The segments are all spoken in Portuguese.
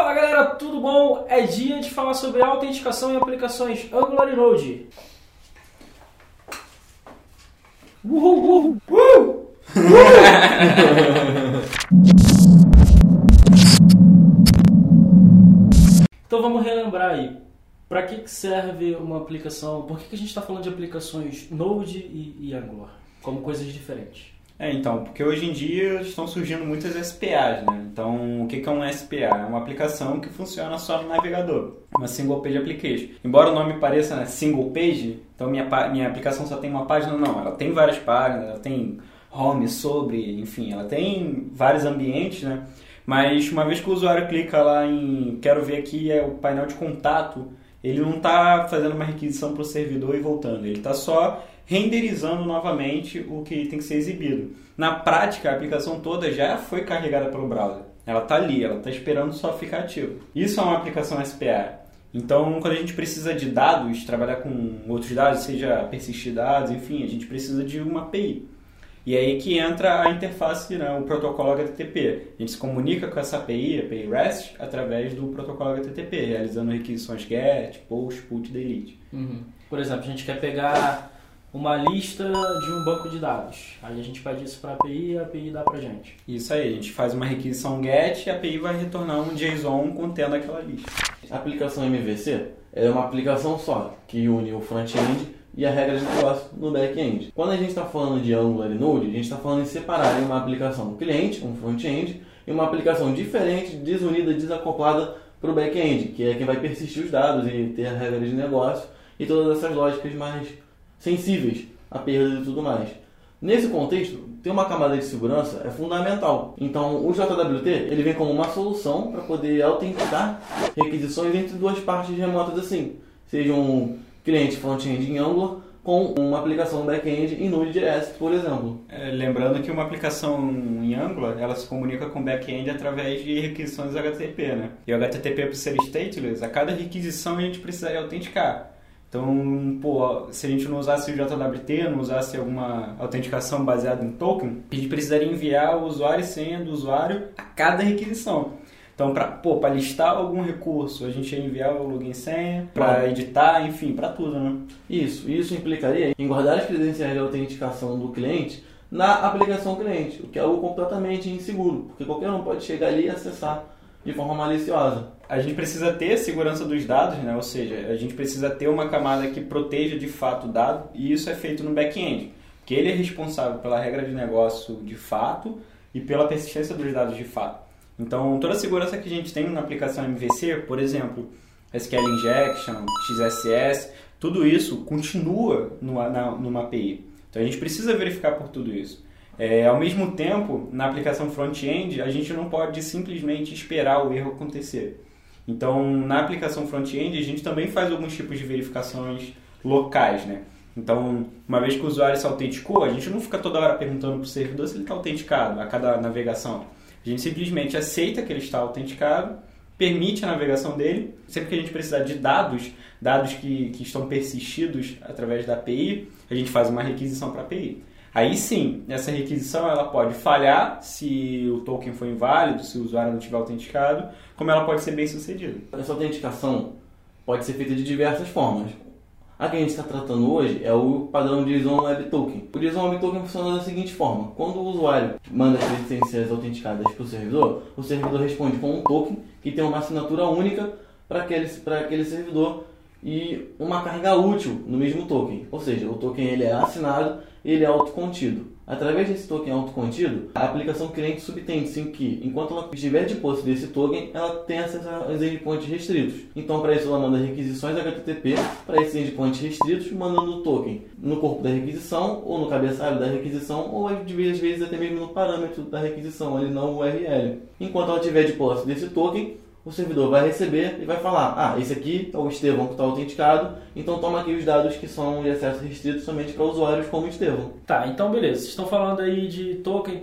Fala galera, tudo bom? É dia de falar sobre autenticação em aplicações Angular e Node. Então vamos relembrar aí, para que serve uma aplicação, por que a gente está falando de aplicações Node e Angular, como coisas diferentes? Então, porque hoje em dia estão surgindo muitas SPAs, né? Então, o que é um SPA? É uma aplicação que funciona só no navegador, uma Single Page Application. Embora o nome pareça, né, Single Page, então minha aplicação só tem uma página, não. Ela tem várias páginas, ela tem home, sobre, enfim, ela tem vários ambientes, né? Mas uma vez que o usuário clica lá em quero ver aqui o painel de contato, ele não está fazendo uma requisição para o servidor e voltando, ele está só renderizando novamente o que tem que ser exibido. Na prática, a aplicação toda já foi carregada pelo browser. Ela está ali, ela está esperando só ficar ativa. Isso é uma aplicação SPA. Então, quando a gente precisa de dados, trabalhar com outros dados, seja persistir dados, enfim, a gente precisa de uma API. E é aí que entra a interface, né, o protocolo HTTP. A gente se comunica com essa API REST, através do protocolo HTTP, realizando requisições GET, POST, PUT, DELETE. Por exemplo, a gente quer pegar uma lista de um banco de dados. Aí a gente pede isso para a API e a API dá para a gente. Isso aí, a gente faz uma requisição GET e a API vai retornar um JSON contendo aquela lista. A aplicação MVC é uma aplicação só, que une o front-end e a regra de negócio no back-end. Quando a gente está falando de Angular e Node, a gente está falando em separar uma aplicação cliente, um front-end, e uma aplicação diferente, desunida, desacoplada para o back-end, que é quem vai persistir os dados e ter a regra de negócio e todas essas lógicas mais sensíveis à perda e tudo mais. Nesse contexto, ter uma camada de segurança é fundamental. Então, o JWT ele vem como uma solução para poder autenticar requisições entre duas partes remotas assim, seja um cliente front-end em Angular com uma aplicação back-end em Node.js, por exemplo. Lembrando que uma aplicação em Angular, ela se comunica com o back-end através de requisições HTTP, né? E o HTTP, por ser stateless, a cada requisição a gente precisaria autenticar. Então, se a gente não usasse o JWT, não usasse alguma autenticação baseada em token, a gente precisaria enviar o usuário e senha do usuário a cada requisição. Então, para listar algum recurso, a gente ia enviar o login e senha, para editar, enfim, para tudo, né? Isso implicaria em guardar as credenciais de autenticação do cliente na aplicação cliente, o que é algo completamente inseguro, porque qualquer um pode chegar ali e acessar de forma maliciosa. A gente precisa ter segurança dos dados, né? Ou seja, a gente precisa ter uma camada que proteja de fato o dado, e isso é feito no back-end, porque ele é responsável pela regra de negócio de fato e pela persistência dos dados de fato. Então, toda a segurança que a gente tem na aplicação MVC, por exemplo, SQL Injection, XSS, tudo isso continua numa API. Então, a gente precisa verificar por tudo isso. Ao mesmo tempo, na aplicação front-end, a gente não pode simplesmente esperar o erro acontecer. Então, na aplicação front-end, a gente também faz alguns tipos de verificações locais, né? Então, uma vez que o usuário se autenticou, a gente não fica toda hora perguntando para o servidor se ele está autenticado a cada navegação. A gente simplesmente aceita que ele está autenticado, permite a navegação dele. Sempre que a gente precisar de dados que estão persistidos através da API, a gente faz uma requisição para a API. Aí sim, essa requisição ela pode falhar se o token for inválido, se o usuário não estiver autenticado, como ela pode ser bem sucedida. Essa autenticação pode ser feita de diversas formas. A que a gente está tratando hoje é o padrão JSON Web Token. O JSON Web Token funciona da seguinte forma: quando o usuário manda as credenciais autenticadas para o servidor responde com um token que tem uma assinatura única para aquele servidor e uma carga útil no mesmo token. Ou seja, o token ele é assinado, ele é autocontido. Através desse token autocontido, a aplicação cliente subtende-se em que, enquanto ela estiver de posse desse token, ela tem acesso aos endpoints restritos. Então, para isso, ela manda requisições HTTP para esses endpoints restritos, mandando o token no corpo da requisição, ou no cabeçalho da requisição, ou às vezes até mesmo no parâmetro da requisição, ali na URL. Enquanto ela estiver de posse desse token, o servidor vai receber e vai falar: esse aqui é o Estevão que está autenticado, então toma aqui os dados que são de acesso restrito somente para usuários como Estevão. Tá, então beleza. Vocês estão falando aí de token.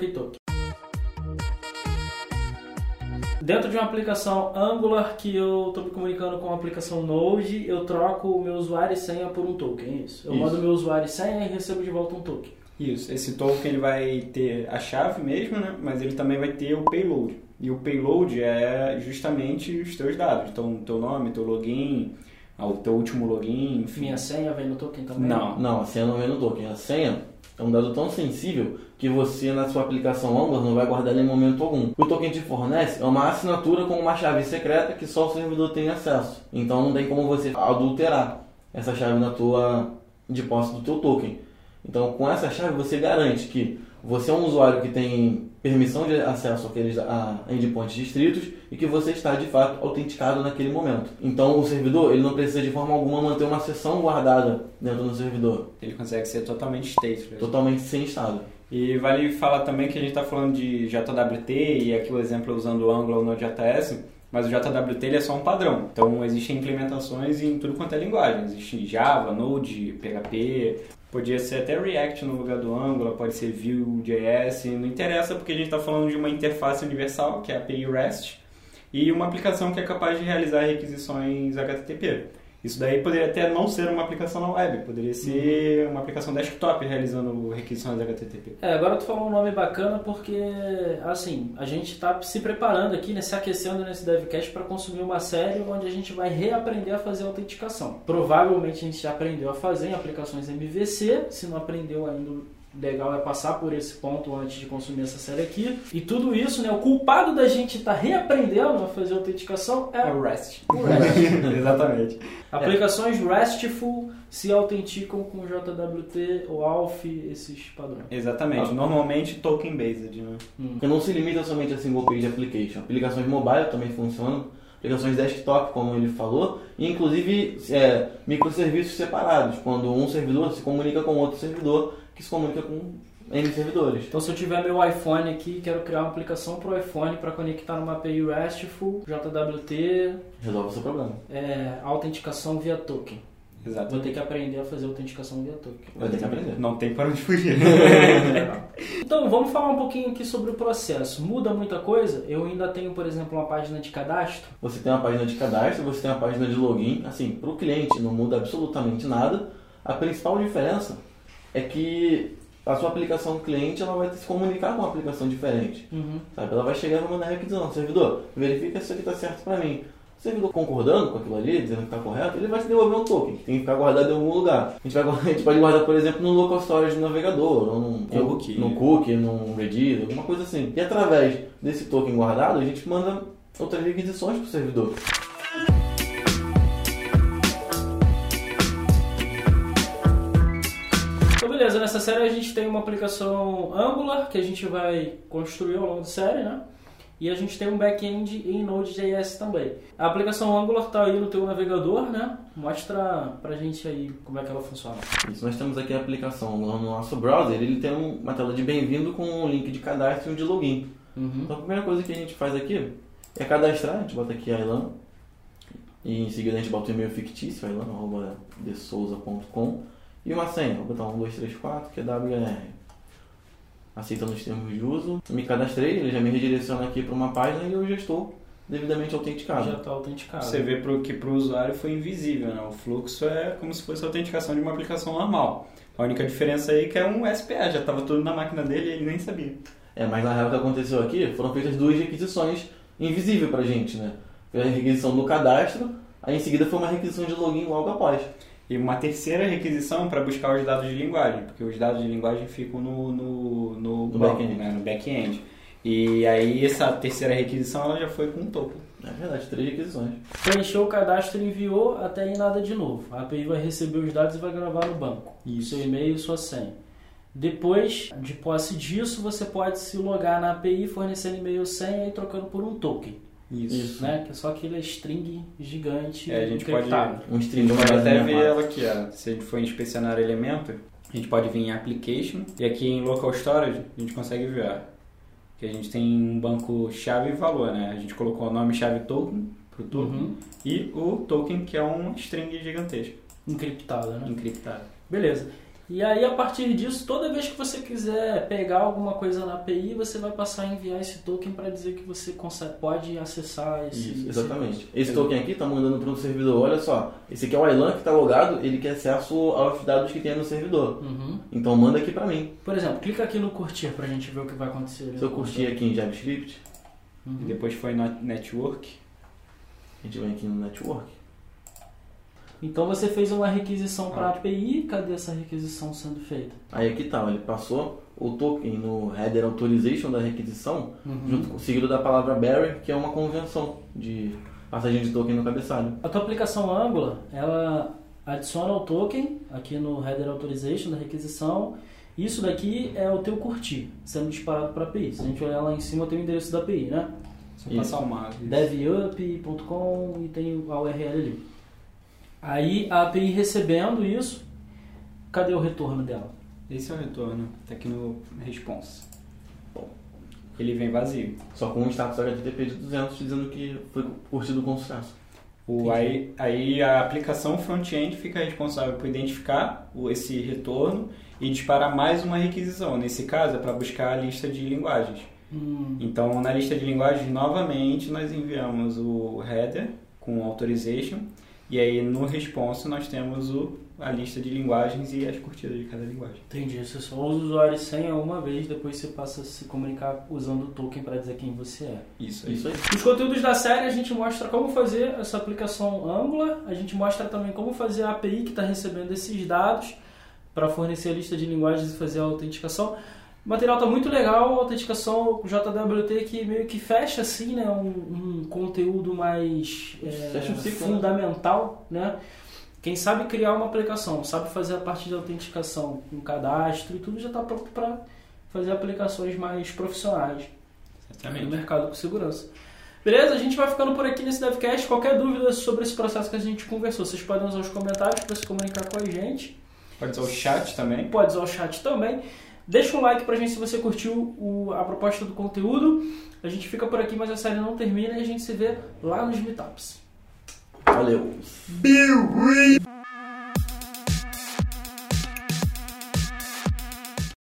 Dentro de uma aplicação Angular que eu estou me comunicando com uma aplicação Node, eu troco o meu usuário e senha por um token, é isso? Eu mando meu usuário e senha e recebo de volta um token. Isso, esse token ele vai ter a chave mesmo, né? Mas ele também vai ter o payload. E o payload é justamente os teus dados. Então, teu nome, teu login, o teu último login, enfim. Minha senha vem no token também? Não, a senha não vem no token. A senha é um dado tão sensível que você, na sua aplicação Angular, não vai guardar em momento algum. O que o token te fornece é uma assinatura com uma chave secreta que só o servidor tem acesso. Então não tem como você adulterar essa chave de posse do teu token. Então, com essa chave, você garante que você é um usuário que tem permissão de acesso àqueles endpoints distritos e que você está, de fato, autenticado naquele momento. Então, o servidor ele não precisa, de forma alguma, manter uma sessão guardada dentro do servidor. Ele consegue ser totalmente stateless. Totalmente sem estado. E vale falar também que a gente está falando de JWT, e aqui o exemplo é usando o Angular ou Node.js, mas o JWT ele é só um padrão. Então, existem implementações em tudo quanto é linguagem. Existe Java, Node, PHP... Podia ser até React no lugar do Angular, pode ser Vue.js, não interessa porque a gente está falando de uma interface universal, que é a API REST, e uma aplicação que é capaz de realizar requisições HTTP. Isso daí poderia até não ser uma aplicação na web, poderia ser uma aplicação desktop realizando requisições HTTP. Agora tu falou um nome bacana porque, assim, a gente está se preparando aqui, né, se aquecendo nesse DevCast para consumir uma série onde a gente vai reaprender a fazer autenticação. Provavelmente a gente já aprendeu a fazer em aplicações MVC, se não aprendeu ainda... Legal é passar por esse ponto antes de consumir essa série aqui. E tudo isso, né? O culpado da gente estar reaprendendo a fazer autenticação é o REST. O REST. Exatamente. Aplicações RESTful se autenticam com JWT ou ALF, esses padrões. Exatamente. Normalmente token-based, né? Porque não se limita somente a single page application. Aplicações mobile também funcionam. Aplicações desktop, como ele falou, e inclusive microserviços separados, quando um servidor se comunica com outro servidor, que se comunica com N servidores. Então, se eu tiver meu iPhone aqui e quero criar uma aplicação para o iPhone para conectar numa API RESTful, JWT... Resolve o seu problema. Autenticação via token. Exato. Vou ter que aprender a fazer autenticação via token. Vai ter que aprender. Não tem para onde fugir. Então, vamos falar um pouquinho aqui sobre o processo. Muda muita coisa? Eu ainda tenho, por exemplo, uma página de cadastro. Você tem uma página de cadastro, você tem uma página de login. Assim, para o cliente não muda absolutamente nada. A principal diferença é que a sua aplicação cliente ela vai se comunicar com uma aplicação diferente. Sabe? Ela vai chegar e vai mandar requisição. Servidor, verifica se isso aqui está certo para mim. O servidor concordando com aquilo ali, dizendo que está correto, ele vai te devolver um token, que tem que ficar guardado em algum lugar. A gente pode guardar, por exemplo, no local storage do navegador, ou no cookie, num Redis, alguma coisa assim. E através desse token guardado, a gente manda outras requisições para o servidor. Então, beleza, nessa série a gente tem uma aplicação Angular, que a gente vai construir ao longo da série, né? E a gente tem um back-end em Node.js também. A aplicação Angular está aí no teu navegador, né? Mostra pra gente aí como é que ela funciona. Isso, nós temos aqui a aplicação no nosso browser. Ele tem uma tela de bem-vindo com um link de cadastro e um de login. Então a primeira coisa que a gente faz aqui é cadastrar. A gente bota aqui Aylan. E em seguida a gente bota o e-mail fictício, aylan@desouza.com. E uma senha, vou botar 1234, que é WR. Aceitando os termos de uso, me cadastrei, ele já me redireciona aqui para uma página e eu já estou devidamente autenticado. Já está autenticado. Você vê que para o usuário foi invisível, né? O fluxo é como se fosse a autenticação de uma aplicação normal. A única diferença aí é que é um SPA, já estava tudo na máquina dele e ele nem sabia. Mas na real o que aconteceu aqui foram feitas duas requisições invisíveis para a gente, né? Foi a requisição do cadastro, aí em seguida foi uma requisição de login logo após. E uma terceira requisição para buscar os dados de linguagem, porque os dados de linguagem ficam no back-end, né? No back-end. E aí essa terceira requisição ela já foi com um token. É verdade, 3 requisições. Preencheu o cadastro e enviou, até aí nada de novo. A API vai receber os dados e vai gravar no banco. Isso. Seu e-mail e sua senha. Depois de posse disso, você pode se logar na API, fornecendo e-mail e senha e trocando por um token. Isso. Né? Que é só aquele string gigante a gente encriptado. pode, um string pode até ver ela aqui, ó. Se a gente for inspecionar elemento, a gente pode vir em application e aqui em local storage a gente consegue ver, ó, que a gente tem um banco chave e valor, né? A gente colocou o nome chave token pro token e o token que é um string gigantesco. Encriptado, né? Encriptado. Beleza. E aí, a partir disso, toda vez que você quiser pegar alguma coisa na API, você vai passar a enviar esse token para dizer que você pode acessar esse... Isso, exatamente. Esse token aqui está mandando para um servidor. Olha só, esse aqui é o Aylan que está logado, ele quer acesso aos dados que tem no servidor. Então manda aqui para mim. Por exemplo, clica aqui no curtir para a gente ver o que vai acontecer. Se eu curtir aqui em JavaScript, e depois foi no Network. A gente vem aqui no Network. Então você fez uma requisição para a API, cadê essa requisição sendo feita? Aí aqui tá, ele passou o token no header authorization da requisição, seguido da palavra bearer, que é uma convenção de passagem de token no cabeçalho. A tua aplicação Angular, ela adiciona o token aqui no header authorization da requisição. Isso daqui é o teu curtir sendo disparado para a API. Se a gente olhar lá em cima, tem o endereço da API, né? Só passar o mapa. devup.com e tem a URL ali. Aí a API recebendo isso, cadê o retorno dela? Esse é o retorno, tá aqui no response. Bom, ele vem vazio. Só com um status HTTP de 200 dizendo que foi curtido com sucesso. Aí a aplicação front-end fica responsável por identificar esse retorno e disparar mais uma requisição. Nesse caso é para buscar a lista de linguagens. Então na lista de linguagens novamente nós enviamos o header com authorization. E aí no response nós temos a lista de linguagens e as curtidas de cada linguagem. Entendi. Você só usa o usuário e senha uma vez, depois você passa a se comunicar usando o token para dizer quem você é. Isso aí. Nos conteúdos da série a gente mostra como fazer essa aplicação Angular, a gente mostra também como fazer a API que está recebendo esses dados para fornecer a lista de linguagens e fazer a autenticação. O material está muito legal, a autenticação JWT que meio que fecha assim, né, um conteúdo mais fundamental, né? Quem sabe criar uma aplicação, sabe fazer a parte de autenticação com cadastro e tudo já está pronto para fazer aplicações mais profissionais no mercado com segurança. Beleza? A gente vai ficando por aqui nesse DevCast. Qualquer dúvida sobre esse processo que a gente conversou, vocês podem usar os comentários para se comunicar com a gente. Pode usar o chat também. Pode usar o chat também. Deixa um like pra gente se você curtiu a proposta do conteúdo. A gente fica por aqui, mas a série não termina e a gente se vê lá nos meetups. Valeu!